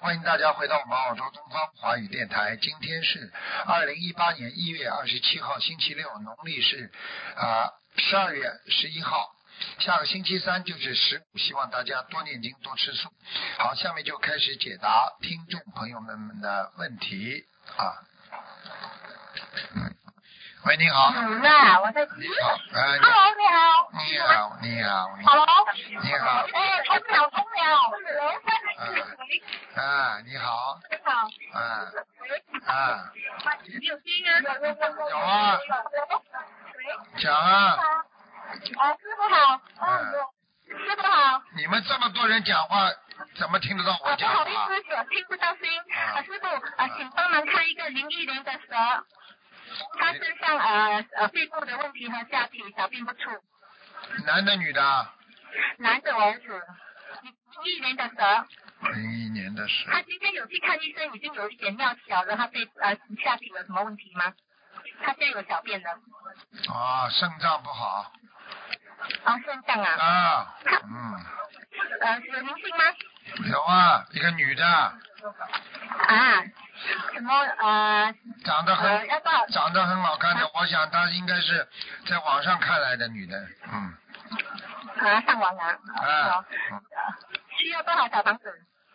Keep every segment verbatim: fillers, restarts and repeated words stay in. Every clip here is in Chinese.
欢迎大家回到我们澳洲东方华语电台。今天是二零一八年一月二十七号，星期六，农历是啊十二月十一号。下个星期三就是十五，希望大家多念经，多吃素。好，下面就开始解答听众朋友们的问题啊。嗯，喂，你好。 嗯呐，我在。 你好，哎。 Hello，你好。 你好，你好，你好。 Hello。 你好。 哎，通了，通了。 啊，啊，你好。 你好。 啊，啊。 你有心啊？ 有啊。讲啊。 啊，师傅好。 嗯。 师傅好。 你们这么多人讲话，怎么听得到我讲话？ 啊，不好意思，我听不到声音。啊，师傅，啊，请帮忙看一个零一年的蛇，他身上呃呃肺部的问题和下体小便不出。 男的女的？ 男的儿子，零一年的蛇。 零一年的蛇。 他今天有去看医生，已经有一点尿小了，他肺呃下体有什么问题吗？他现在有小便了。 啊，肾脏不好。 啊，肾脏啊。 啊，嗯。 呃，有灵性吗？ 有啊，一个女的。 啊，什么呃？ 长得很， 呃、要多少长得很好看的，啊、我想她应该是在网上看来的女的，嗯。 啊，上网啊。 啊。 嗯、需要多少小房子？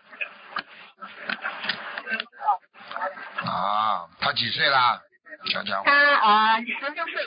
啊，她几岁啦？小家伙。 他呃十六岁。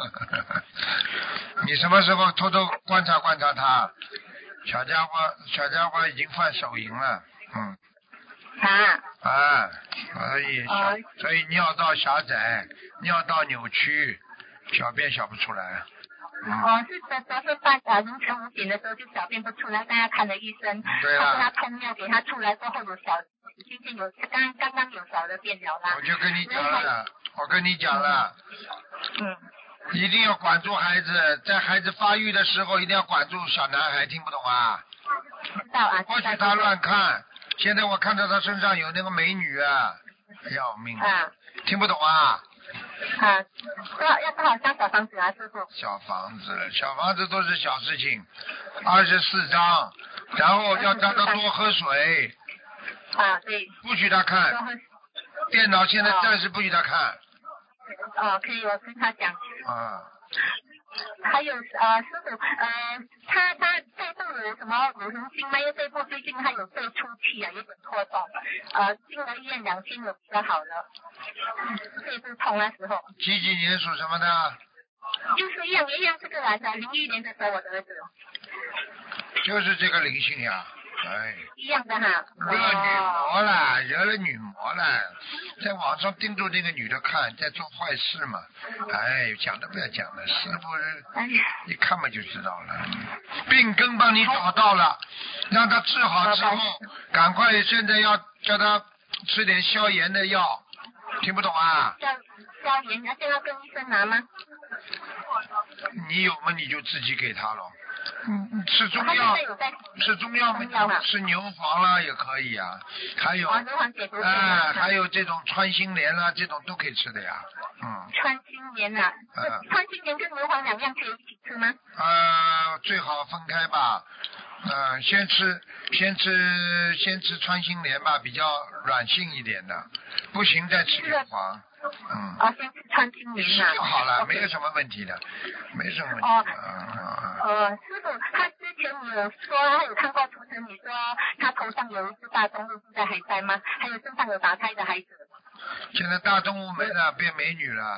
你什么时候偷偷观察观察他？小家伙，小家伙已经犯手淫了，嗯。 啊。 啊，所以小、 啊、 所以尿道狭窄，尿道扭曲，小便小不出来。嗯、 哦，是昨昨天半啊凌晨五点的时候就小便不出来，大家看了医生， 对啦， 他说他通尿给他出来过后有小，今天有刚刚刚有小的便了啦。 我就跟你讲了，我跟你讲了。 嗯。 一定要管住孩子，在孩子发育的时候一定要管住小男孩，听不懂啊？ 知道啊。 不许他乱看。现在我看到他身上有那个美女啊，要命！ 啊。 听不懂啊？ 啊，多少要多少张小房子啊，师傅？ 小房子，小房子都是小事情，二十四张，然后要让他多喝水。 啊，对。 不许他看。电脑现在暂时不许他看。 哦，可以，我跟他讲。 啊。 还有呃，师傅，呃，他他肺部有什么有灵性吗？因为肺部最近他有肺出气啊，有点拖动，呃，进了医院两天有比较好了，肺部痛那时候。 几几年属什么的？ 就是一样一样这个来的，零一年的时候我的儿子。 就是这个灵性呀。哎， 一样的哈。 惹女魔了，惹了女魔了，在网上盯住那个女的看，在做坏事嘛。哎，讲都不要讲了，师傅一看嘛就知道了。病根帮你找到了，让他治好之后，赶快现在要叫他吃点消炎的药，听不懂啊？ 消消炎，那现在跟医生拿吗？ 你有嘛你就自己给他了。嗯，吃中药，吃中药嘛，吃牛黄啦也可以啊，还有，哎，还有这种穿心莲啦，这种都可以吃的呀，嗯。 穿心莲啊，嗯、穿心莲跟牛黄两样可以一起吃吗？ 呃，最好分开吧，嗯、呃，先吃，先吃，先吃穿心莲吧，比较软性一点的，不行再吃牛黄。嗯， 哦，先吃穿心莲啊， 就好了， okay. 没有什么问题的，没什么问题。 哦， 嗯、 呃，师傅，他之前有说他有看过图腾，你说他头上有一只大动物，现在还在吗？还有身上有打胎的孩子。 现在大动物没了，变美女了。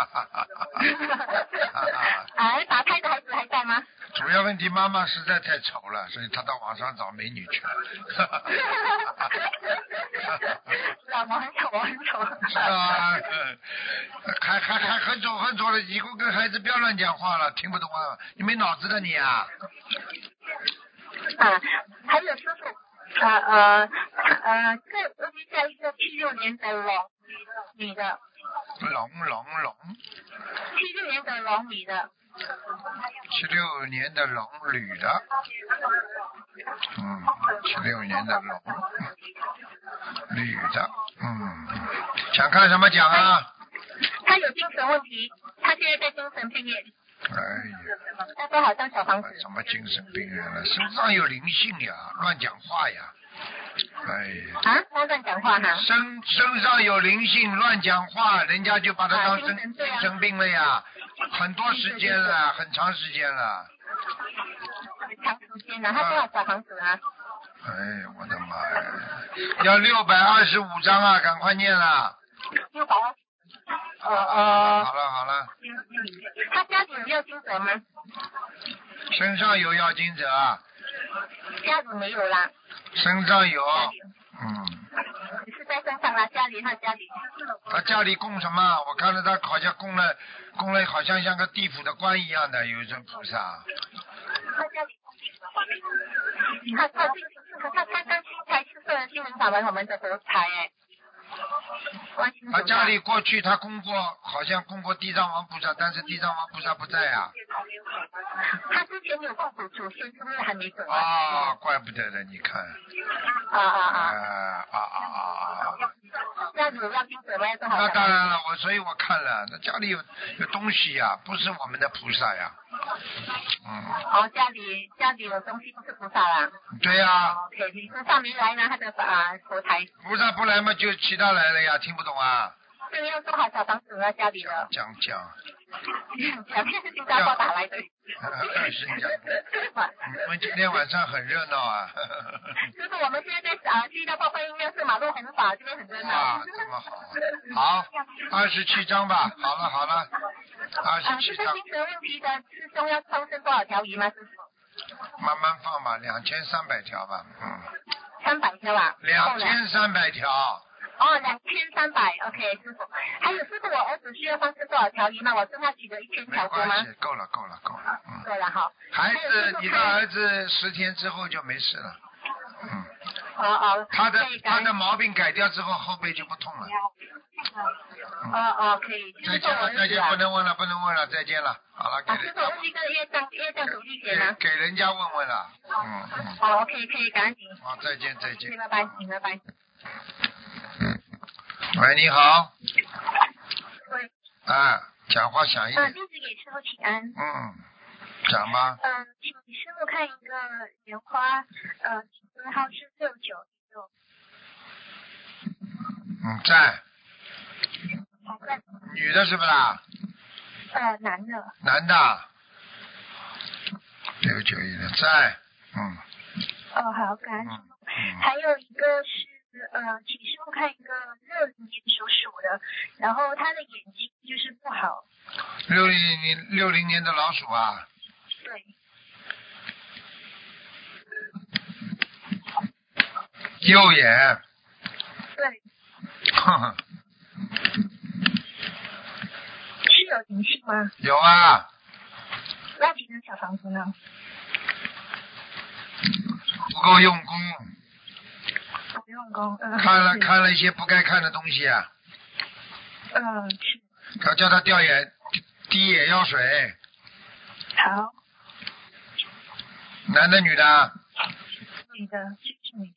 哎，打胎的孩子还在吗？ 主要问题妈妈实在太丑了，所以她到网上找美女去了。 老婆很丑，我很丑。 是啊，还还还很丑很丑了，以后跟孩子不要乱讲话了，听不懂啊？你没脑子的你啊？ 啊，还有师傅，呃呃呃，这尤其在一个七六年的龙女的。 龙龙龙。 七六年的龙女的。 七六年的龙女的。嗯，七六年的龙女的，嗯，想看什么讲啊？ 他有精神问题，他现在在精神病院。 哎呀， 他说好像小房子。 什么精神病院了？身上有灵性呀，乱讲话呀。 哎。 啊，他乱讲话哈。 身身上有灵性，乱讲话，人家就把他当生精神病了呀。很多时间了，很长时间了。 很长时间了，他多少小房子啊？ 哎，我的妈呀！要六百二十五张啊，赶快念了。 六百二十。哦哦。 好了好了。 他家里有要经者吗？ 身上有要经者啊。 家里没有啦。 身上有。嗯。 你是在身上啦，家里他家里。 他家里供什么？我看到他好像供了，供了好像像个地府的官一样的，有一尊菩萨。 他家里供地府的官。他他他他刚刚才是说了新闻法门我们的佛台哎。 他家里过去他供过，好像供过地藏王菩萨，但是地藏王菩萨不在啊。 他之前有供过祖先，是不是还没走啊？啊，怪不得了，你看。 啊啊啊！ 啊啊啊啊！ 那主要经者吗？ 那当然了，我所以我看了，那家里有有东西呀、啊，不是我们的菩萨呀。嗯。 哦，家里家里有东西不是菩萨啦。 对呀、啊。 OK， 你菩萨没来呢，他的啊佛台。 菩萨不来嘛，就其他来了呀，听不懂啊。 这个要做好小房子了，家里的。 讲讲。 讲是新加坡打来的。 新加坡。我们今天晚上很热闹啊。 就是我们现在在啊，去到报报应该是马路很法，这边很热闹。 啊，这么好。好，二十七张吧。好了好了，二十七张。 啊，这个精神问题的师兄要放生多少条鱼吗，师傅？ 慢慢放吧，两千三百条吧，嗯。 三百条啊？ 两千三百条。 哦，两千三百 ，OK， 师傅。还有师傅，我儿子需要放生多少条鱼吗？我跟他取得一千条够吗？ 够了，够了，够了，嗯。 够了哈。 孩子，你的儿子十天之后就没事了，嗯。 哦哦。 他的他的毛病改掉之后，后背就不痛了。 哦哦，可以。 再见了，再见，不能问了，不能问了，再见了，好了，给。 师傅，问一个业障业障主力点呢？ 给人家问问了，嗯嗯。 好 ，OK， 可以，感恩您。 好，再见，再见。 拜拜，拜拜。 喂，你好。 喂。 啊，讲话响一点。 啊，弟子给师傅请安。 嗯，讲吧。 嗯、呃，请师傅看一个莲花，呃，分号是六九六。 嗯，在。 好在。 女的是不啦？ 呃，男的。 男的。六九一的在，嗯。 哦，好，感恩师傅。嗯、还有一个是。呃，请师傅看一个六零年属鼠的，然后他的眼睛就是不好。 六零年六零年的老鼠啊。 对。 右眼。 对。 呵呵。 是有灵性吗？ 有啊。 那几间小房子呢？ 不够用功。 不用功，嗯。 看了看了一些不该看的东西啊。 嗯，是。 要叫他掉眼滴眼药水。 好。 男的女的？ 女的，是女的。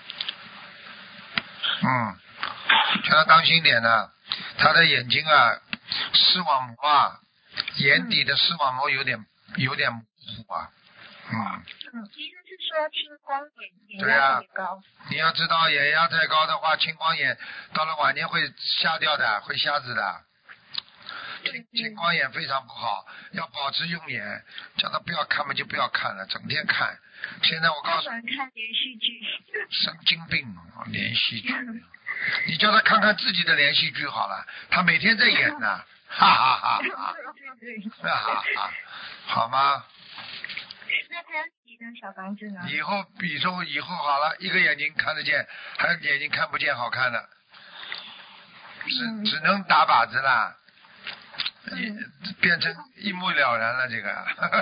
嗯，叫他当心点呢，他的眼睛啊，视网膜啊，眼底的视网膜有点有点模糊啊。嗯。 嗯，医生是说青光眼眼压特别高。 你要知道，眼压太高的话，青光眼到了晚年会瞎掉的，会瞎子的。青青光眼非常不好，要保持用眼，叫他不要看嘛就不要看了，整天看。现在我告诉你，看连续剧。 神经病，连续剧。你叫他看看自己的连续剧好了，他每天在演呢，哈哈哈哈。哈哈哈，好吗？ 那他要几张小房子呢？ 以后比说以后好了，一个眼睛看得见，还有眼睛看不见好看的，只、嗯、只能打靶子啦，嗯、变成一目了然了这个。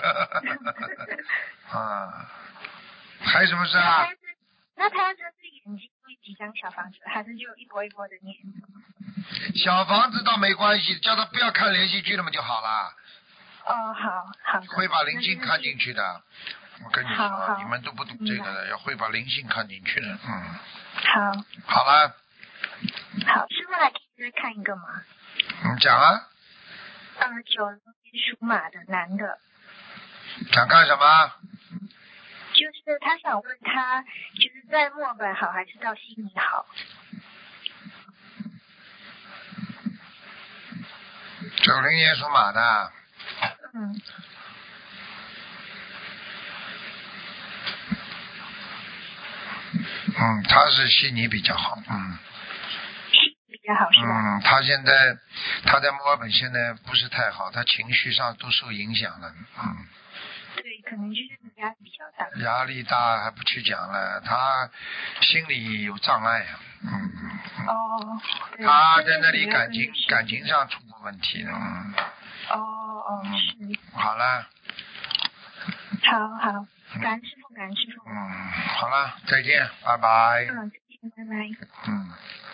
啊，还有什么事啊？ 那他要针对眼睛会几张小房子，还是就一波一波的念？ 小房子倒没关系，叫他不要看连续剧了嘛就好了。 哦，好好。 会把灵性看进去的，我跟你说， 好好你们都不懂这个的，要会把灵性看进去的，嗯。 好。 好了。 好，师傅还可以再看一个吗？ 你讲啊。 呃，九零年属马的男的。 想看什么？ 九就是他想问他，就是在墨尔本好还是到悉尼好？ 九零年属马的。 嗯。 嗯，他是悉尼比较好，嗯。 比较好是吧？ 嗯，他现在他在墨尔本现在不是太好，他情绪上都受影响了，嗯。 对，可能就是压力比较大。 压力大还不去讲了，他心里有障碍啊，嗯。 哦。 他在那里感情感情上出过问题，嗯。 哦哦，是。 好了。 好好，感恩师傅，感恩师傅。 嗯，好了，再见，拜拜。 嗯，再见，拜拜。 嗯。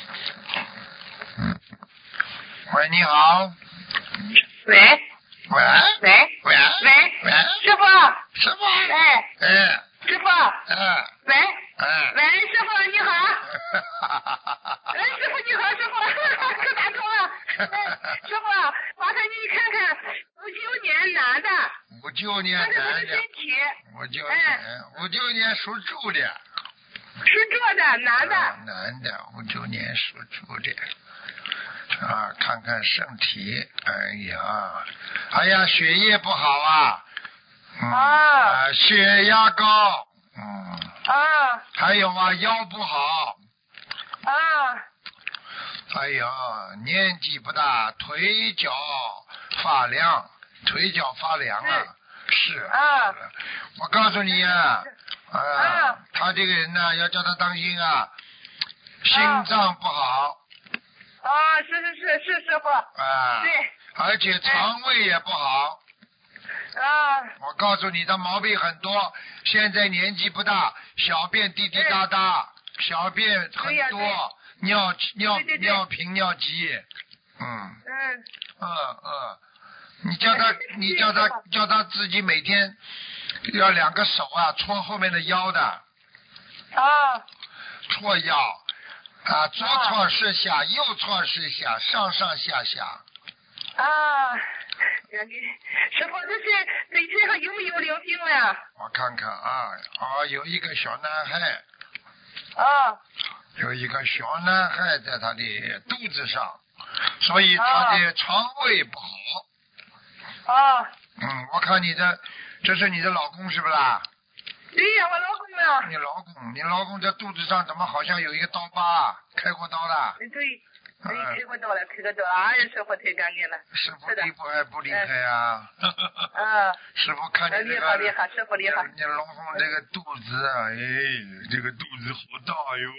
喂，你好。 喂。 喂。 喂。 喂。 喂。 喂。 师傅。 师傅。 喂。 哎。 师傅。 哎。 喂。 哎。 喂，师傅你好。哎，师傅你好，师傅，可打通了。哎，师傅，麻烦你看看，五九年男的。 五九年男的。 看看他的身体。 五九年，五九年属猪的。 属猪的，男的。 男的，五九年属猪的。啊，看看身体，哎呀，哎呀，血液不好啊。嗯、啊。血压高。嗯。 啊。 还有啊，腰不好。 啊。 哎呀，年纪不大，腿脚发凉，腿脚发凉啊。是。 啊。 我告诉你啊，啊，啊他这个人呢，要叫他当心啊，心脏不好。 啊，是是是是师傅。 啊。对。而且肠胃也不好。 啊。 我告诉你的毛病很多，现在年纪不大，小便滴滴答答，小便很多，尿尿尿频尿急。嗯。 嗯。 嗯嗯，你叫他，你叫他叫他自己每天要两个手啊搓后面的腰的。 啊。 搓腰。啊，左搓是下，右搓是下，上上下下。 啊，师傅，这是这身上有没有灵性了？ 我看看啊，哦，有一个小男孩。 啊。 有一个小男孩在他的肚子上，所以他的肠胃不好。 啊。 嗯，我看你的，这是你的老公是不啦？ 对呀，我老公啊。 你老公，你老公在肚子上怎么好像有一个刀疤？开过刀的？ 对，对，开过刀了，开过刀了。哎呀，师傅太感恩了。 师傅厉害不厉害呀？ 啊。 师傅看你这个， 厉害厉害，师傅厉害。 你老公这个肚子啊，哎，这个肚子好大哟。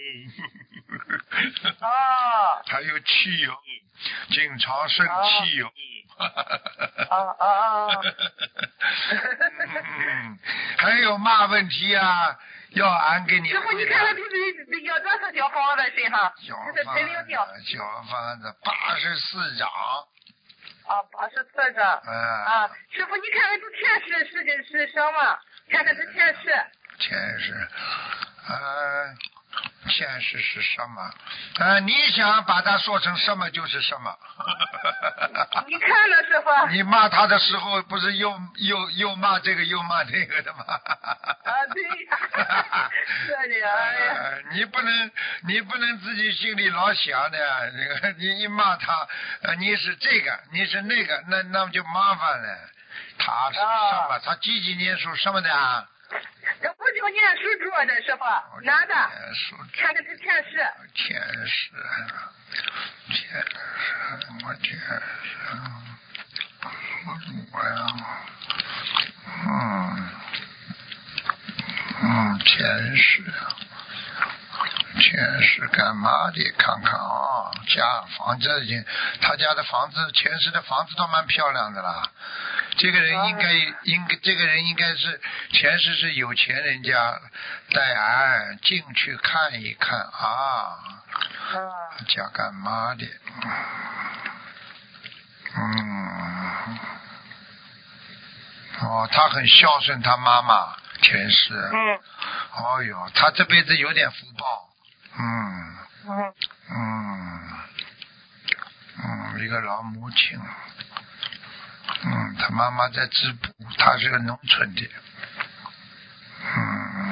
哦。 还有气哟，经常生气哟。 哦哦哦。 嗯，还有嘛问题啊？要俺给你。 师傅，你看看这这要多少小房子身上？ 小房子，小房子八十四张。 啊，八十四张。 嗯。 啊，师傅，你看看这前世是个是什么？看看这前世。 前世，呃，前世是什么？呃，你想把它说成什么就是什么。 你看了师傅。 你骂他的时候不是又又又骂这个又骂那个的吗？ 啊，对呀。是的，哎呀。 呃、你不能你不能自己心里老想的，那个你一骂他，呃，你是这个你是那个，那那就麻烦了。他是什么？他几几年属什么的啊？ 这五九年属猪的师傅，男的。看看这前世。 前世，前世，我前世，我呀，嗯嗯，前世，前世干嘛的？看看啊，家房子已经，他家的房子，前世的房子倒蛮漂亮的啦。这个人应该应该这个人应该是前世是有钱人家，带俺进去看一看啊。家干嘛的？嗯，哦，他很孝顺他妈妈，前世。 嗯。 哦哟，他这辈子有点福报。嗯。 嗯。 嗯。嗯，一个老母亲。嗯，他妈妈在织布，他是个农村的。嗯。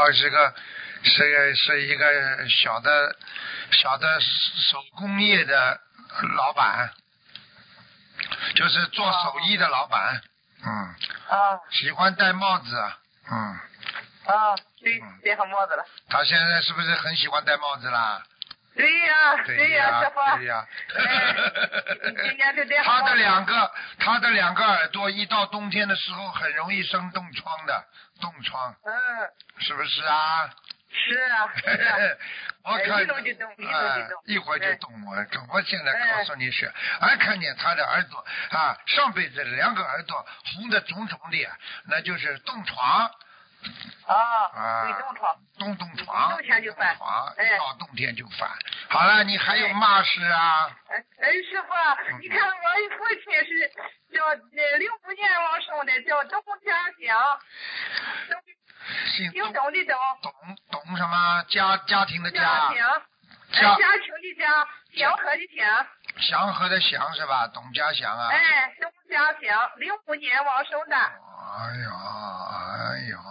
好是个是个是一个小的小的手工业的老板，就是做手艺的老板。嗯。 啊。 喜欢戴帽子。嗯。 啊，对，戴好帽子了。 他现在是不是很喜欢戴帽子啦？ 对呀， 对呀，师傅。 对呀。 今年就戴好他帽子。 的两个，他的两个耳朵一到冬天的时候很容易生冻疮的，冻疮。 嗯。 是不是啊？ 是啊。是啊我看。 一动就动，一动就动。 一会儿就动我，我现在告诉你是，俺看见他的耳朵啊，上辈子两个耳朵红的肿肿的，那就是冻疮。 啊，胃冻疮， 冻冻疮， 冬天就犯， 哎，到冬天就犯。好了，你还有嘛事啊？ 哎哎，师傅，你看我父亲是叫呃六五年往生的，叫董家祥， 姓姓董的董， 董董什么？家家庭的家。 家家家庭的家，祥和的祥。 祥和的祥是吧？董家祥啊。 哎，董家祥，零五年往生的。 哎呀，哎呀。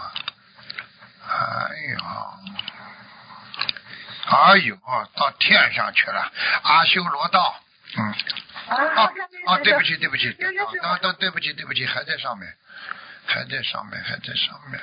哎呀，哎呦，到天上去了，阿修罗道，嗯， 啊啊，对不起，对不起，都都对不起，对不起，还在上面，还在上面，还在上面，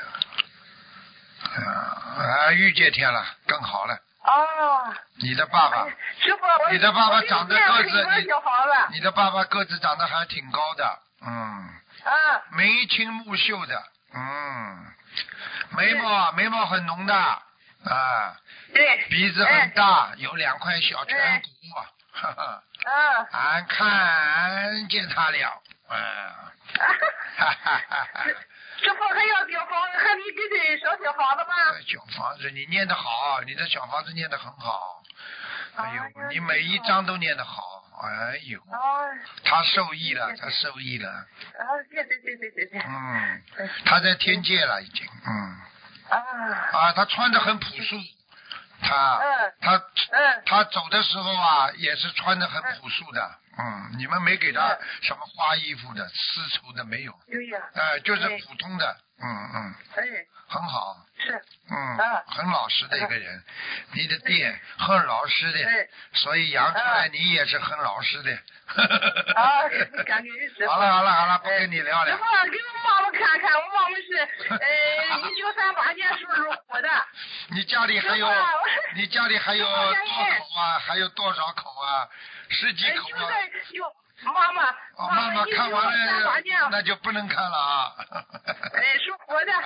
啊，御界天了，更好了。 哦。 你的爸爸， 师傅， 你的爸爸长得个子， 你你的爸爸个子长得还挺高的，嗯， 啊， 眉清目秀的，嗯。眉毛眉毛很浓的啊， 对， 鼻子很大，有两块小颧骨，哈哈， 嗯， 俺看见他了，嗯，哈哈哈哈。 师傅还要小房子，还你给这烧小房子吗？ 小房子，你念得好，你的小房子念得很好，哎呦，你每一章都念得好。哎呦，他受益了，他受益了。 啊，对对对对对对。 嗯，他在天界了已经，嗯。 啊。 啊，他穿得很朴素，他， 嗯， 他， 嗯， 他走的时候啊，也是穿得很朴素的，嗯，你们没给他什么花衣服的、丝绸的没有。 对呀。 哎，就是普通的，嗯嗯。 哎。 很好。 是。 嗯。 啊。 很老实的一个人，你的爹很老实的，所以养出来你也是很老实的。 啊，感觉是。 好了好了好了，不跟你聊了。 师傅，给我妈妈看看，我妈妈是呃一九三八年属属虎的。 你家里还有？你家里还有多口啊？还有多少口啊？十几口啊？ 有妈妈。 哦，妈妈看完了，那就不能看了啊。 哎，属虎的。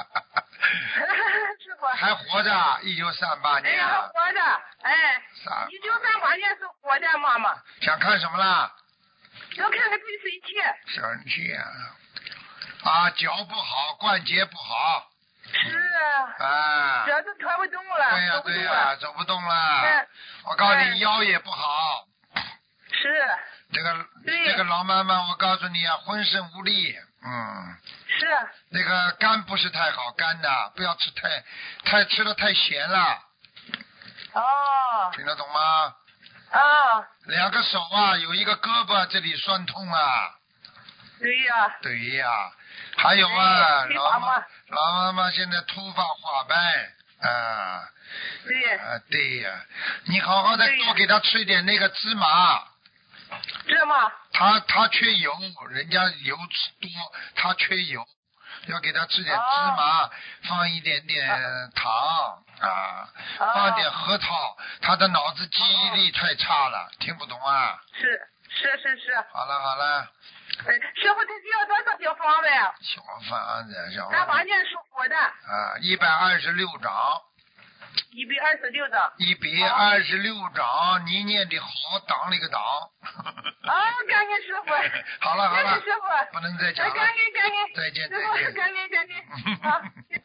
师傅。 还活着，一九三八年。 哎，还活着，哎。 啥？ 一九三八年是活的，妈妈。 想看什么啦？ 要看看对身体。 身体啊，啊，脚不好，关节不好。 是啊。 啊。 这都推不动了。 对呀对呀，走不动了。我告诉你，腰也不好。 是。 这个这个老妈妈，我告诉你啊，浑身无力，嗯。 是。 那个肝不是太好，肝呐，不要吃太太吃的太咸了。 哦。 听得懂吗？ 啊。 两个手啊，有一个胳膊这里酸痛啊。 对呀。 对呀，还有啊，老妈老妈妈现在头发花白啊。 对。 啊，对呀，你好好的多给他吃一点那个芝麻。 芝麻。 他他缺油，人家油多，他缺油，要给他吃点芝麻，放一点点糖啊，放点核桃，他的脑子记忆力太差了，听不懂啊。 是是是是。 好了好了。 哎，师傅，这需要多少小房子呀？ 小房子，小房子。 三八年属虎的。 啊，一百二十六章。 一百二十六章。 一百二十六章，你念的好，挡了一个挡。 啊，感恩师傅。 好了好了， 师傅， 不能再讲了。 感恩感恩。 再见再见。 师傅， 感恩感恩。好。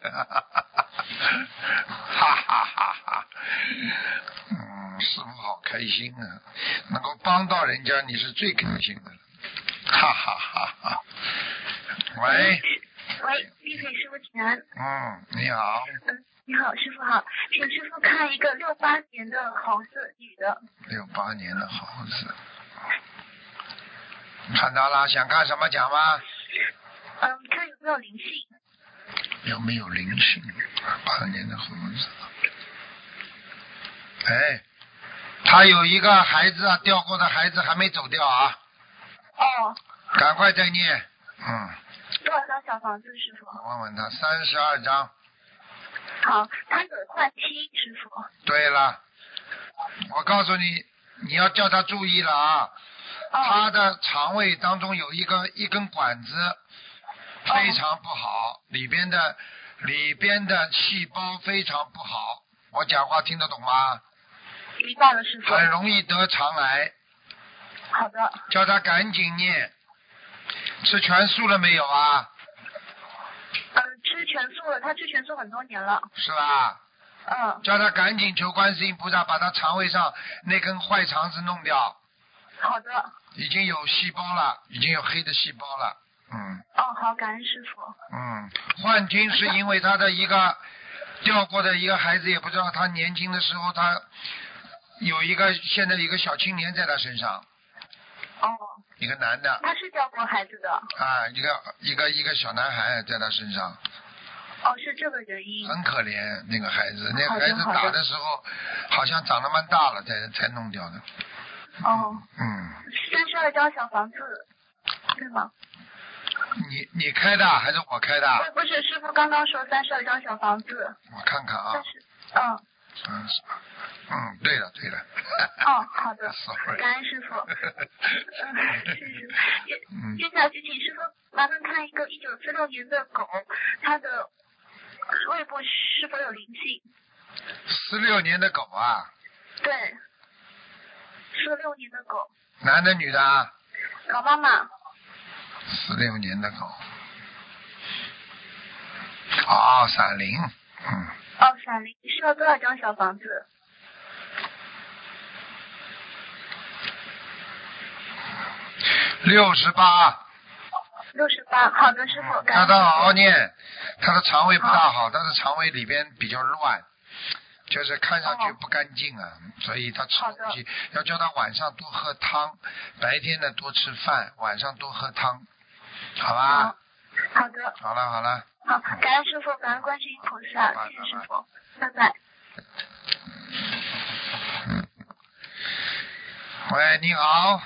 哈哈哈哈。嗯，师傅好开心啊，能够帮到人家，你是最开心的。哈哈哈哈。喂。 喂，丽萍师傅请安。 嗯，你好。 嗯，你好，师傅好，请师傅看一个六八年的猴子女的。 六八年的猴子。看到了，想看什么讲吗？ 嗯，看有没有灵性。 有没有灵性？八二年的猴子。哎，他有一个孩子啊，掉过的孩子还没走掉啊。 哦。 赶快再念。嗯。 多少张小房子，师傅？ 我问问他，三十二张。 好，他有换妻，师傅。 对了，我告诉你，你要叫他注意了啊。哦、他的肠胃当中有一个一根管子，非常不好，哦、里边的里边的细胞非常不好。我讲话听得懂吗？ 明白了，师傅。 很容易得肠癌。 好的。 叫他赶紧念。吃全素了没有啊？ 嗯、呃，吃全素了，他吃全素很多年了。 是吧？ 嗯。 叫他赶紧求观世音菩萨把他肠胃上那根坏肠子弄掉。 好的。 已经有细胞了，已经有黑的细胞了。嗯。 哦，好，感恩师傅。 嗯，幻听是因为他的一个掉过的一个孩子，也不知道他年轻的时候他有一个现在一个小青年在他身上。 哦。 一个男的。 他是掉过孩子的。 啊，一个一个一个小男孩在他身上。 哦，是这个原因。 很可怜那个孩子，那个孩子打的时候好像长得蛮大了，才才弄掉的。 哦。 嗯。 三十二张小房子，对吗？ 你你开的还是我开的？ 不不是，师傅刚刚说三十二张小房子。 我看看啊。 三十，嗯。 三十。嗯，对了对了。 哦，好的。 Sorry。 感恩师傅。嗯，是是。嗯。接下去请师傅麻烦看一个一九四六年的狗，它的胃部是否有灵性？ 四六年的狗啊？ 对。四六年的狗。 男的女的啊？ 老妈妈。 四六年的狗。哦，闪灵。嗯。 哦，闪灵需要多少张小房子？ 六十八。 六十八，好的，师傅。 他他好好念，他的肠胃不大好，他的肠胃里边比较乱，就是看上去不干净啊，哦、所以他吃东西要叫他晚上多喝汤，白天呢多吃饭，晚上多喝汤，好吧？ 好, 好的。 好了好了。 好，感恩师傅，感恩观世音菩萨，谢谢师傅，拜拜。 喂，你好。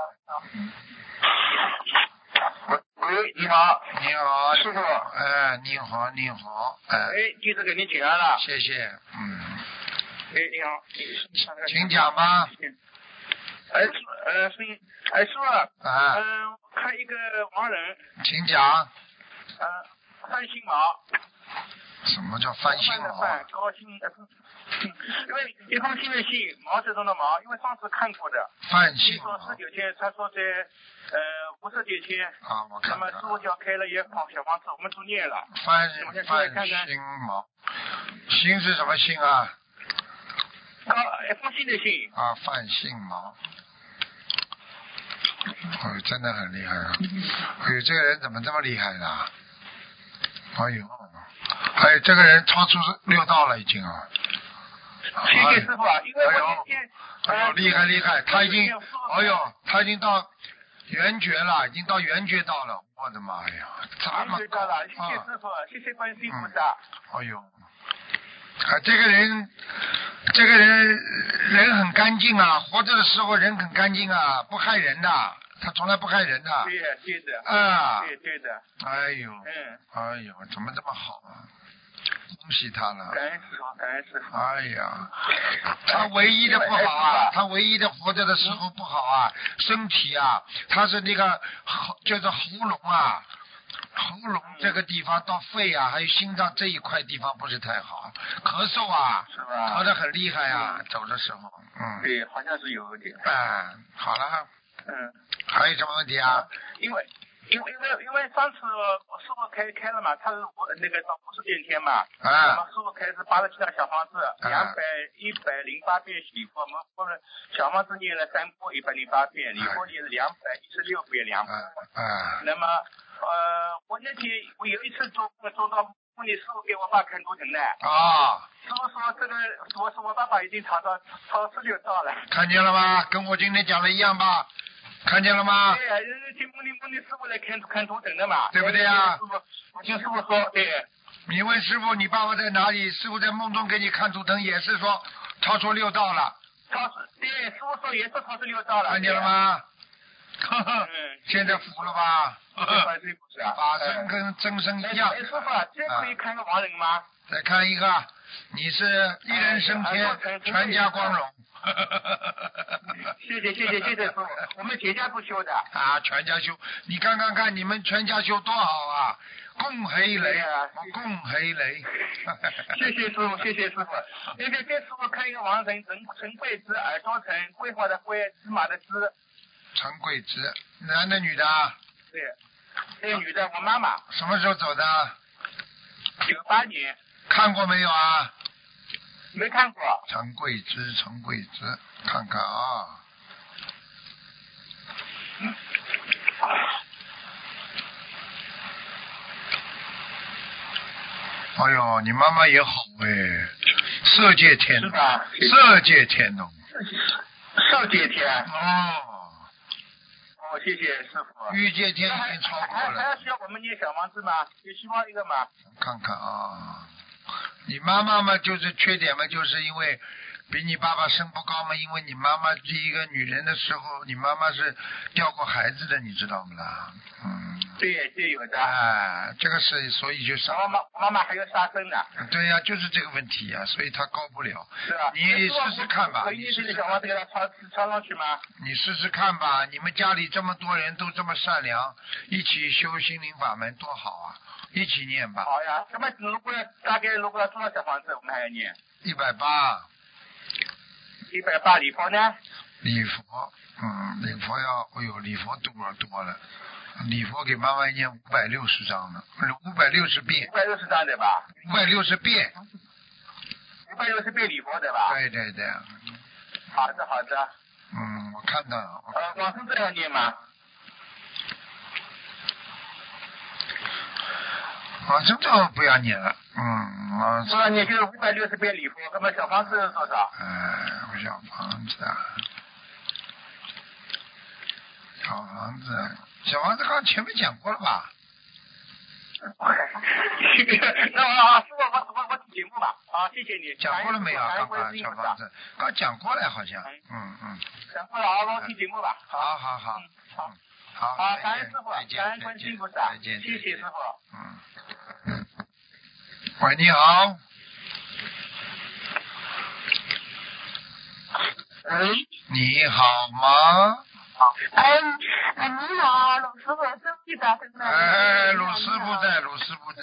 喂，你好。 你好， 师傅。 哎，你好，你好，哎。 哎，弟子给您请安了。 谢谢，嗯。 哎，你好。 请讲吧。 哎，呃，是，哎，师傅。 啊。 嗯、呃，看一个亡人。 请讲。 呃，范新毛。 什么叫范新毛？ 范高兴的范。因为一封信的信，毛泽东的毛，因为上次看过的。 范新毛。 说十九天，他说在呃五十九天。 啊，我看看。 那么师傅叫开了一房小房子，我们都念了。 范范新毛，新是什么新啊？ 高一封信的信。 啊，范新毛。哦，真的很厉害啊！哎呦，这个人怎么这么厉害呢？哎呦，哎呦，这个人超出六道了已经啊！ 谢谢师傅啊，因为我今天， 哎呦，厉害厉害，他已经，哎呦，他已经到圆觉了，已经到圆觉道了，我的妈呀，这么高了！谢谢师傅，谢谢观世音菩萨。 哎呦，啊，这个人，这个人人很干净啊，活着的时候人很干净啊，不害人的。他从来不害人的。 对的，对的。 啊。 对对的。 哎呦。 嗯。 哎呦，怎么这么好啊？恭喜他了。 感恩师傅，感恩师傅。 哎呀，他唯一的不好啊，他唯一的活着的时候不好啊，身体啊，他是那个喉，就是喉咙啊，喉咙这个地方到肺啊，还有心脏这一块地方不是太好，咳嗽啊， 是吧？ 咳得很厉害啊，走的时候，嗯。 对，好像是有一点。 哎，好了。 嗯。 还有什么问题啊？ 因为因为因为因为上次师傅开开了嘛，他是我那个到五十九天嘛， 啊， 我们师傅开始八十七张小房子，两百一百零八遍礼佛，我们或者小房子念了三波一百零八遍，礼佛念了两百一十六遍两波。 啊。 那么呃，我那天我有一次做做到梦里，师傅给我爸看图腾的。 啊。 师傅说这个，我说我爸爸已经超到超十六道了。 看见了吗？跟我今天讲的一样吧？看见了吗？ 对呀、啊，听梦里梦里师傅来看看图腾的嘛， 对不对呀？ 师傅，我听师傅说，对。 你问师傅你爸爸在哪里？师傅在梦中给你看图腾，也是说超出六道了。 超对，师傅说也是超出六道了。 看见了吗？呵呵， 嗯， 现在服了吧？ 观世音菩萨。 法身跟真身一样。 哎，师傅，这可以看个亡人吗？ 再看一个，你是一人升天，全家光荣。 谢谢谢谢谢谢师傅，我们全家都修的。 啊，全家修，你看看看，你们全家修多好啊！恭喜你， 啊、 我恭喜你。 谢谢师傅，谢谢师傅。那个给师傅看一个亡人，陈陈桂枝，耳朵陈，桂花的桂，芝麻的芝。 陈桂枝，男的女的？ 对，这个女的，我妈妈。 什么时候走的？ 九八年。 看过没有啊？ 没看过。 陈桂枝，陈桂枝，看看啊。 嗯。 哎呦，你妈妈也好哎，色界天龙，色界天龙， 色界天。 哦。 哦，谢谢师傅。 欲界天已经超过了。 还要需要我们念小房子吗？有希望一个吗？ 看看啊，你妈妈嘛，就是缺点嘛，就是因为比你爸爸身不高嘛，因为你妈妈是一个女人的时候，你妈妈是掉过孩子的，你知道不啦？嗯。 对，对，有的。 哎，这个是，所以就上。 妈妈，妈妈还要杀生呢。 对呀、啊，就是这个问题呀、啊，所以她高不了。 是啊。 你试试看吧。 可以这个小房子给他抄抄上去吗？ 你试试看吧，你们家里这么多人都这么善良，一起修心灵法门多好啊！一起念吧。 好呀，那么如果要大概如果要多少小房子，我们还要念？ 一百八。 一百八礼佛呢？ 礼佛，嗯，礼佛要，哎呦，礼佛多了多了。礼佛给妈妈念五百六十章呢，五百六十遍。 五百六十章对吧？ 五百六十遍。 五百六十遍礼佛对吧？ 对对对。 好的好的。 嗯，我看到了。 呃，往生咒要念吗？ 往生咒不要念了，嗯，往生咒念就是五百六十遍礼佛，那么小房子是多少？ 哎，小房子啊，小房子。小房子刚前面讲过了吧？ 那啊，师傅，我我我听节目吧。啊，谢谢你。 讲过了没有啊？刚刚小房子刚讲过了，好像。嗯嗯。 讲过了啊，我听节目吧。 好好好。 嗯，好。 好。 好，感恩师傅，感恩观世音菩萨。 再见。 谢谢师傅。 嗯。喂，你好。 喂。 你好吗？ 哎，你好，鲁师傅，终于打通了。 哎，鲁师傅在，鲁师傅在。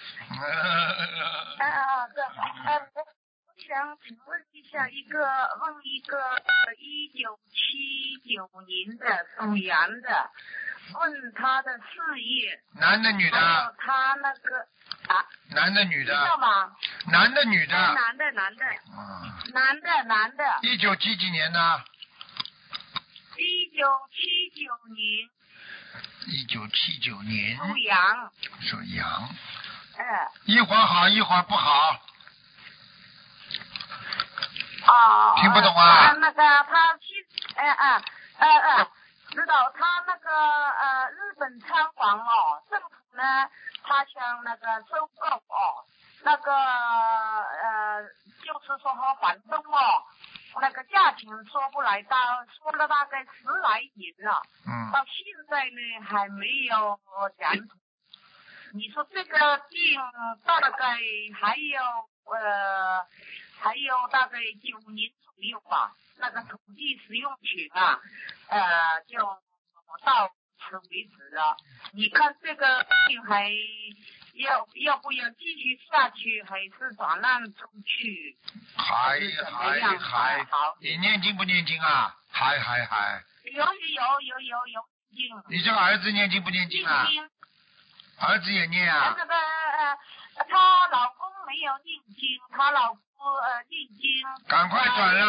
啊，对，呃，我我想请问一下，一个问一个一九七九年的属羊的，问他的事业。 男的女的？ 还有他那个啊。 男的女的？ 知道吗？ 男的女的？ 男的男的。 嗯。 男的男的。 一九几几年的？ 一九七九年。 一九七九年。 属羊。 属羊。 嗯。 一会儿好，一会儿不好。 哦。 听不懂啊？ 那个他去，哎哎哎哎，知道他那个呃日本仓房哦，政府呢他想那个收购哦，那个呃就是说和房东哦。那个价钱说不来，到说了大概十来年了， 嗯， 到现在呢还没有讲。你说这个店大概还有呃还有大概九年左右吧，那个土地使用权啊，呃就到此为止了。你看这个店还要要不要继续下去，还是转让出去？ 还还还，你念经不念经啊？还还还。 有有有有有有经。 你这个儿子念经不念经啊？ 念经。 儿子也念啊。 那个呃，她老公没有念经，她老公呃念经。 赶快转让。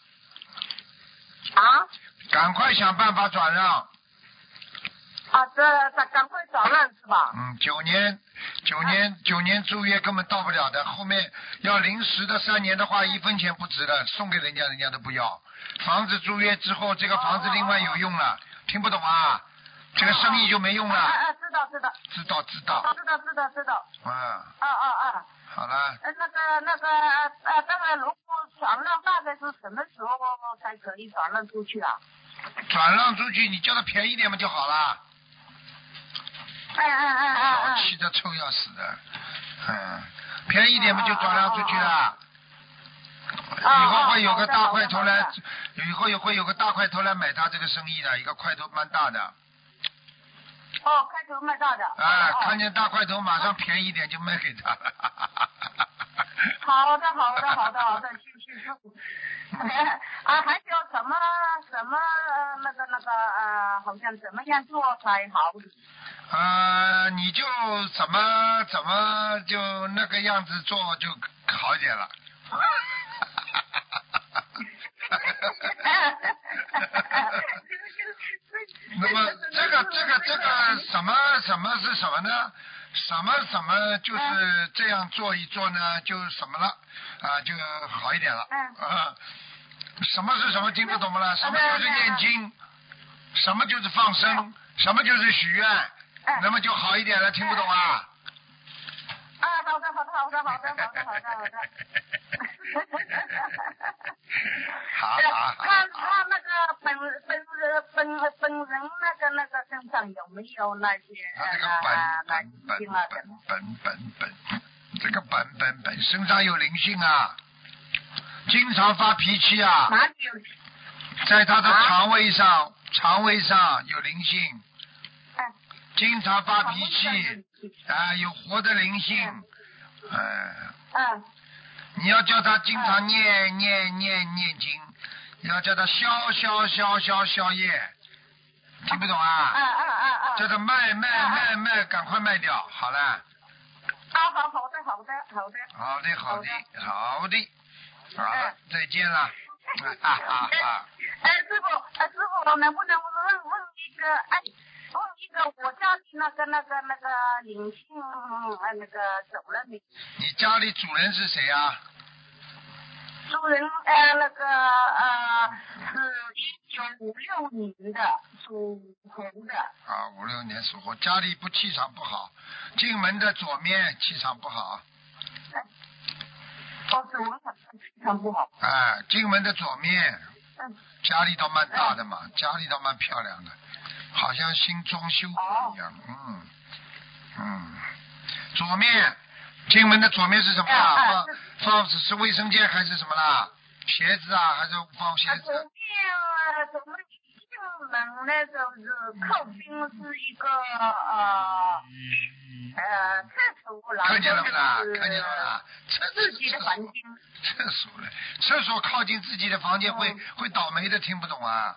啊？ 赶快想办法转让。 啊，这这赶快转让是吧？ 嗯，九年，九年，啊、九年租约根本到不了的，后面要临时的三年的话，一分钱不值的，送给人家人家都不要。房子租约之后，这个房子另外有用了，哦、听不懂啊？这个生意就没用了。 啊啊，知道知道。 知道知道。 知道知道知道。 嗯。 啊啊啊。 好了。 呃，那个那个呃，当然，如果转让大概是什么时候才可以转让出去啊？ 转让出去，你叫他便宜点嘛就好了。 哎哎哎哎哎。 小气的臭要死的，嗯，便宜点嘛就转让出去了。以后会有个大块头来，以后也会有个大块头来买他这个生意的，一个块头蛮大的。 哦，块头蛮大的。 啊，看见大块头马上便宜点就卖给他了。 好的，好的，好的，好的，谢谢师傅。啊，还有什么什么那个那个呃，好像怎么样做才好？ 呃，你就怎么怎么就那个样子做就好一点了。那么这个这个这个什么什么是什么呢？什么什么就是这样做一做呢，就什么了啊，就好一点了。啊，什么是什么听不懂了？什么就是念经，什么就是放生，什么就是许愿，那么就好一点了，听不懂啊？ 啊，好的，好的，好的，好的，好的，好的，好的。 好好他他那个本本人本本人那个那个身上有没有那些他这个本本本本本本，这个本本本身上有灵性啊，经常发脾气啊。 哪里有？ 在他的肠胃上，肠胃上有灵性。经常发脾气啊，有活的灵性。嗯。 嗯。 你要叫他经常念念念念经，要叫他消消消消消业，听不懂啊？ 啊啊啊啊！ 叫他卖卖卖卖，赶快卖掉，好了。啊， 好好的好的好的。 好的好的好的，好了，再见了。哈哈哈。 哎，师傅，哎师傅，我能不能问问一个哎？问一个，我家里那个那个那个灵性呃那个走了没？ 你家里主人是谁啊？ 主人呃那个呃是一九五六年的，属猴的。 啊，五六年属猴，家里不气场不好，进门的左面气场不好。 哦，左面气场不好。 哎，进门的左面。 嗯。 家里倒蛮大的嘛，嗯、家里倒蛮漂亮的。好像新装修一样，嗯嗯，左面进门的左面是什么啦？放放是卫生间还是什么啦？鞋子啊，还是放鞋子？ 左面左面进门呢，就是靠边是一个呃呃厕所， 看见了不啦？看见了不啦？ 自己的房间。 厕所嘞，厕所靠近自己的房间会、嗯、会倒霉的，听不懂啊？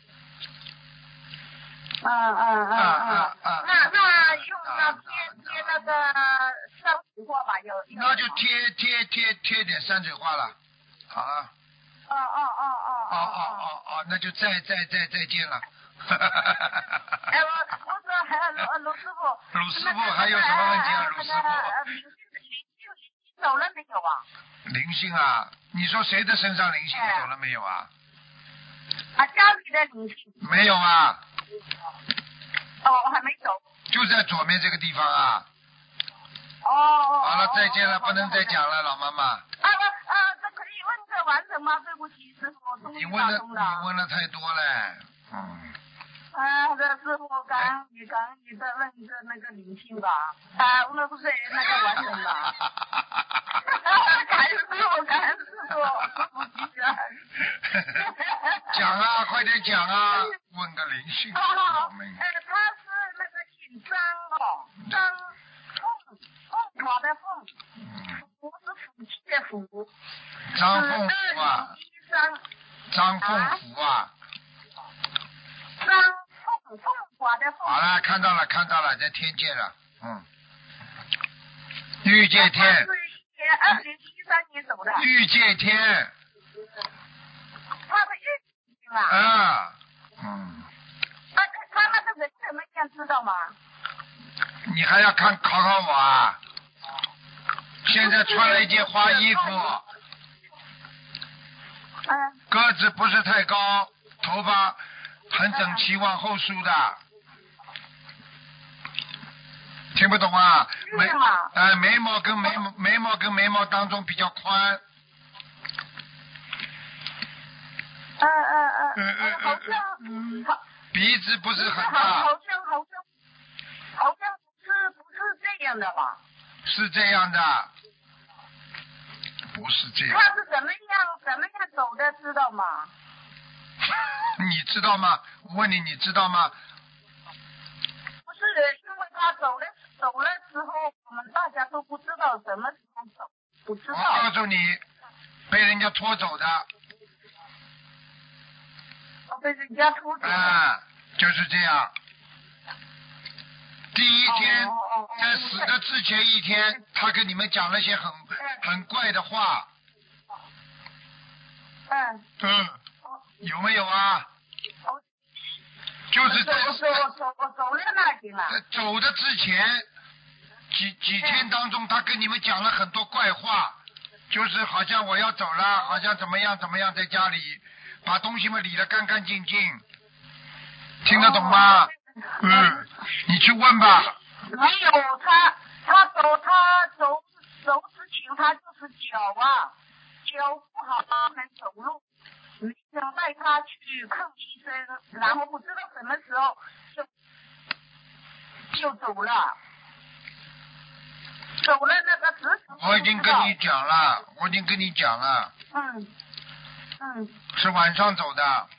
嗯嗯嗯嗯，那那用那贴贴那个山水画吧，有。 那就贴贴贴贴点山水画了，好了。 哦哦哦哦。 哦哦哦哦，那就再再再再见了。 哎，我我说还卢卢师傅。 卢师傅还有什么问题啊？卢师傅。 灵性灵性走了没有啊？ 灵性啊？你说谁的身上灵性走了没有啊？ 啊，家里的灵性。 没有啊。 哦，我还没走。 就在左面这个地方啊。 哦哦。 好了，再见了，不能再讲了，老妈妈。啊啊，这可以问个完整吗？对不起，师傅，终于打通了。 你问了太多了，嗯。 啊，这师傅刚你刚你再问一个那个灵性吧，啊，我们不是那个完整的。感恩师傅，感恩师傅，师傅吉祥。 讲啊，快点讲啊，问个灵性。 好好好，呃，他是那个姓张哦，张凤，凤凰的凤，福是福气的福。 张凤福啊。张凤福啊。 张凤凤凰的凤。 好了，看到了，看到了，在天界了，嗯。玉界天。 他是二零一三年走的。 玉界天。 他的玉界啊。 啊，嗯。 他他那个人怎么样，知道吗？ 你还要看考考我啊？现在穿了一件花衣服。 嗯。 个子不是太高，头发很整齐，往后梳的。 听不懂啊？眉是吗？ 哎、眉毛跟眉毛眉毛跟眉毛当中比较宽。 嗯嗯嗯， 嗯嗯好像嗯好， 鼻子不是很好大， 好像好像好像不是不是这样的吧？ 是这样的，不是这样。 他是怎么样怎么样走的，知道吗？ 你知道吗？我问你，你知道吗？ 不是，因为他走了走了之后，我们大家都不知道什么时候走，不知我道。 告诉你，被人家拖走的。 我被人家拖走了。 啊，就是这样。第一天， 哦哦哦在死的之前一天，他跟你们讲了些很很怪的话。 嗯。 嗯。有没有啊？ 哦。 就是在我走我走我走了那天了。 在走的之前几几天当中，他跟你们讲了很多怪话，就是好像我要走了，好像怎么样怎么样，在家里把东西们理得干干净净，听得懂吗？嗯，你去问吧。 没有，他他走他走走之前他就是脚啊，脚不好不能走路，没想带他去看医生，然后不知道什么时候就就走了，走了那个时辰。 我已经跟你讲了，我已经跟你讲了。 嗯嗯。 是晚上走的。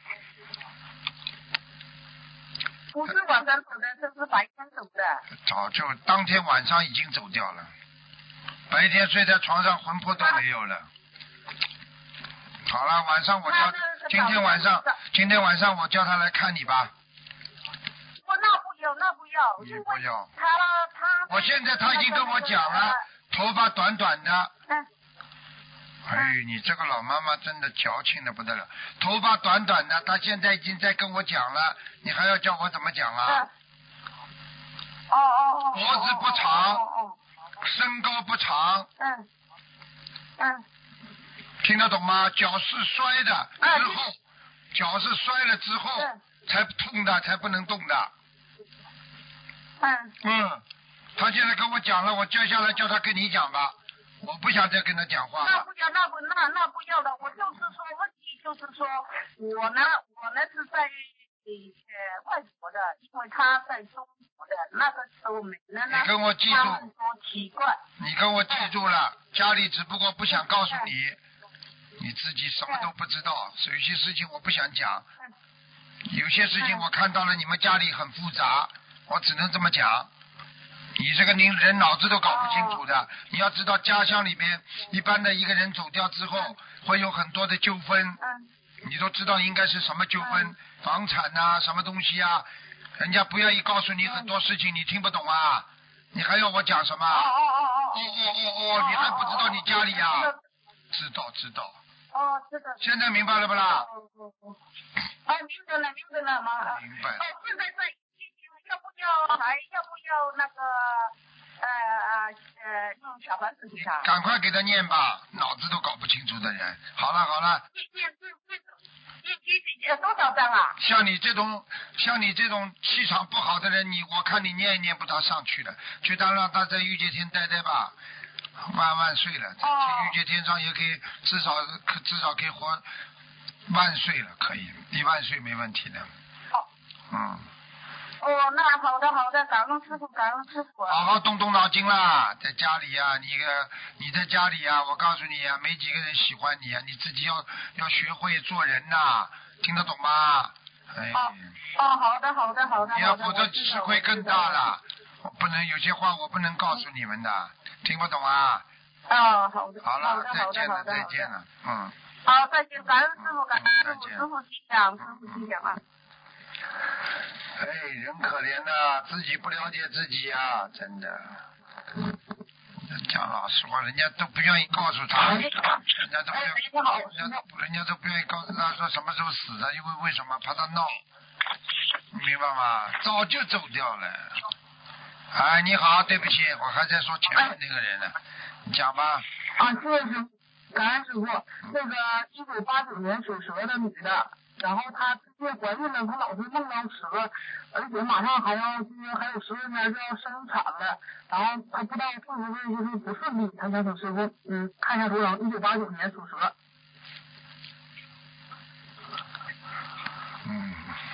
不是晚上走的，这是白天走的。 早就当天晚上已经走掉了，白天睡在床上魂魄都没有了。好了，晚上我叫，今天晚上，今天晚上我叫他来看你吧。 我那不要，那不要。 你不要。 他他。 我现在他已经跟我讲了，头发短短的。 嗯。 哎，你这个老妈妈真的矫情的不得了，头发短短的，她现在已经在跟我讲了，你还要叫我怎么讲啊？ 嗯。哦哦哦。 脖子不长。 哦哦。 身高不长。 嗯。嗯。 听得懂吗？脚是摔的之后，脚是摔了之后才痛的，才不能动的。 嗯。 嗯，他现在跟我讲了，我接下来叫他跟你讲吧，我不想再跟他讲话了。 那不要，那不那那不要的，我就是说问题就是说，我呢我呢是在呃外国的，因为他在中国的，那个时候没了呢。 你跟我记住。 他很多奇怪。 你跟我记住了，家里只不过不想告诉你。你自己什么都不知道，有些事情我不想讲，有些事情我看到了你们家里很复杂，我只能这么讲。你这个人人脑子都搞不清楚的，你要知道家乡里边一般的一个人走掉之后会有很多的纠纷，你都知道应该是什么纠纷，房产啊什么东西啊，人家不愿意告诉你很多事情，你听不懂啊，你还要我讲什么？哦哦哦哦，你还不知道你家里呀？知道知道。 哦，是的。 现在明白了不啦？ 哦哦哦。哦，明白了，明白了，妈。 明白。 哦，现在在要不要还要不要那个呃呃呃用小房子给他？ 赶快给他念吧，脑子都搞不清楚的人。好了好了。 念念念念念念多少张啊？ 像你这种像你这种气场不好的人，你我看你念也念不到上去了，就当让他在御界天待待吧。万万岁了，在御界天上也可以，至少至少可以活万岁了，可以一万岁没问题的。 好。 嗯。 哦，那好的好的，感恩师傅，感恩师傅。 好好动动脑筋啦，在家里呀、啊，你个你在家里呀、啊，我告诉你呀、啊，没几个人喜欢你啊，你自己要要学会做人呐、啊，听得懂吗？哎。 哦哦，好的好的好的。 你要否则吃亏更大了，我不能有些话我不能告诉你们的，听不懂啊？ 哦，好的。 好了， 再见了，再见了，嗯。 好，再见，感恩师傅，感恩师傅，师傅吉祥，师傅吉祥啊。 哎，人可怜呐，自己不了解自己呀、啊，真的。讲老实话，人家都不愿意告诉他，人家都不愿，人家人家都不愿意告诉他说什么时候死的，因为为什么怕他闹，你明白吗？早就走掉了。哎，你好，对不起，我还在说前面那个人呢，你讲吧。 啊，谢谢师傅，感恩师傅。那个一九八九年属蛇的女的， 然后她最近怀孕了，她老是梦到蛇，而且马上还要就是还有十多天就要生产了，然后她不知道会不会就是不顺利，她想请师傅嗯看一下图腾，一九八九年属蛇。 嗯，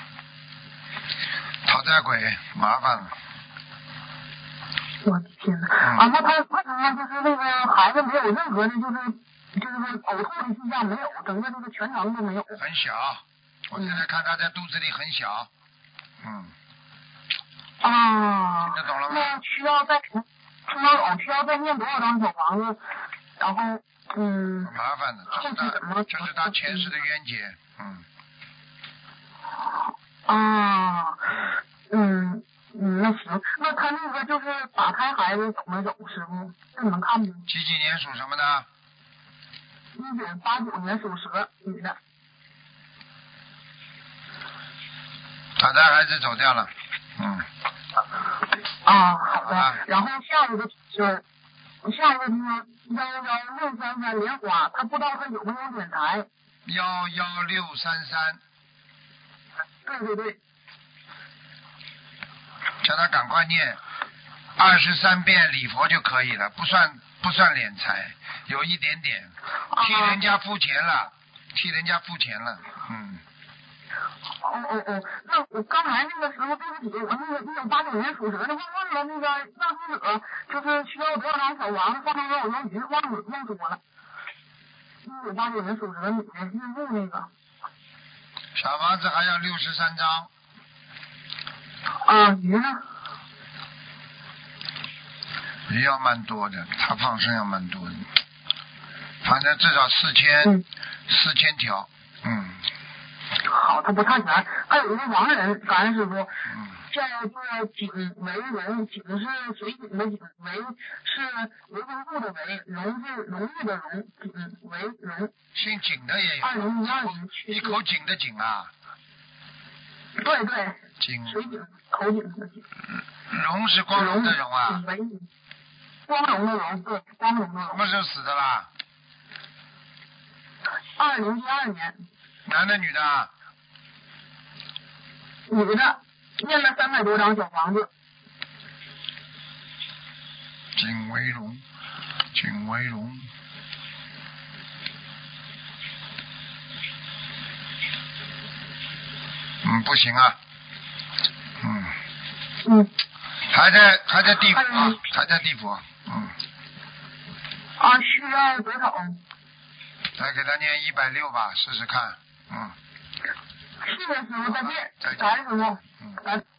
讨债鬼麻烦了。 我的天呐！ 嗯、 啊，那他为什么就是那个孩子没有任何的，就是就是说呕吐的迹象没有，整个这个全程都没有。 很小，我现在看他在肚子里很小。嗯。 啊。 听得懂了吗？ 那需要再听到懂，需要再念多少张小房子？然后嗯。 很麻烦的，这是他，这是他前世的冤结。嗯。 啊。嗯。嗯，那行，那他那个就是打胎孩子走没走，师傅，这能看吗？ 几几年属什么的？ 一九八九年属蛇，女的。 打胎孩子走掉了，嗯。 啊，好的。啊、然后下一个就是下一个就是幺幺六三三莲花，他不知道他有没有点台。 幺幺六三三。 对对对。 叫他赶快念二十三遍礼佛就可以了，不算不算敛财，有一点点替人家付钱了，啊、替人家付钱了，嗯。 哦哦哦，那我刚才那个时候对不起，我那个一九八九年属蛇的忘问了，那个让记者就是需要多少张小王子放成多少条鱼，忘了忘说了。一九八九年属蛇女的孕妇那个。 小王子还要六十三张。 啊，鱼呢？ 鱼要蛮多的，他放生要蛮多的，反正至少四千， 嗯、 四千条，嗯。 好，他不差钱。还有一个亡人，感恩师傅， 嗯、 叫做景维荣，景是水井的景，维是维生素的维，荣是荣誉的荣，景维荣。 姓景的也有。 二零一二年去世。 一口井的井啊。 对对。 井。 水井，口井的井。 荣是光荣的荣啊。 维。光荣的荣，对，光荣的荣。 什么时候死的啦？ 二零一二年。 男的女的啊？ 女的，念了三百多张小房子。 景维荣，景维荣。嗯，不行啊。嗯。 嗯。 还在还在地府啊，还在地府。嗯。 啊，需要多少？ 再给他念一百六吧，试试看。嗯。 是的，师傅，再见。 再见。 感恩师傅。 嗯。 感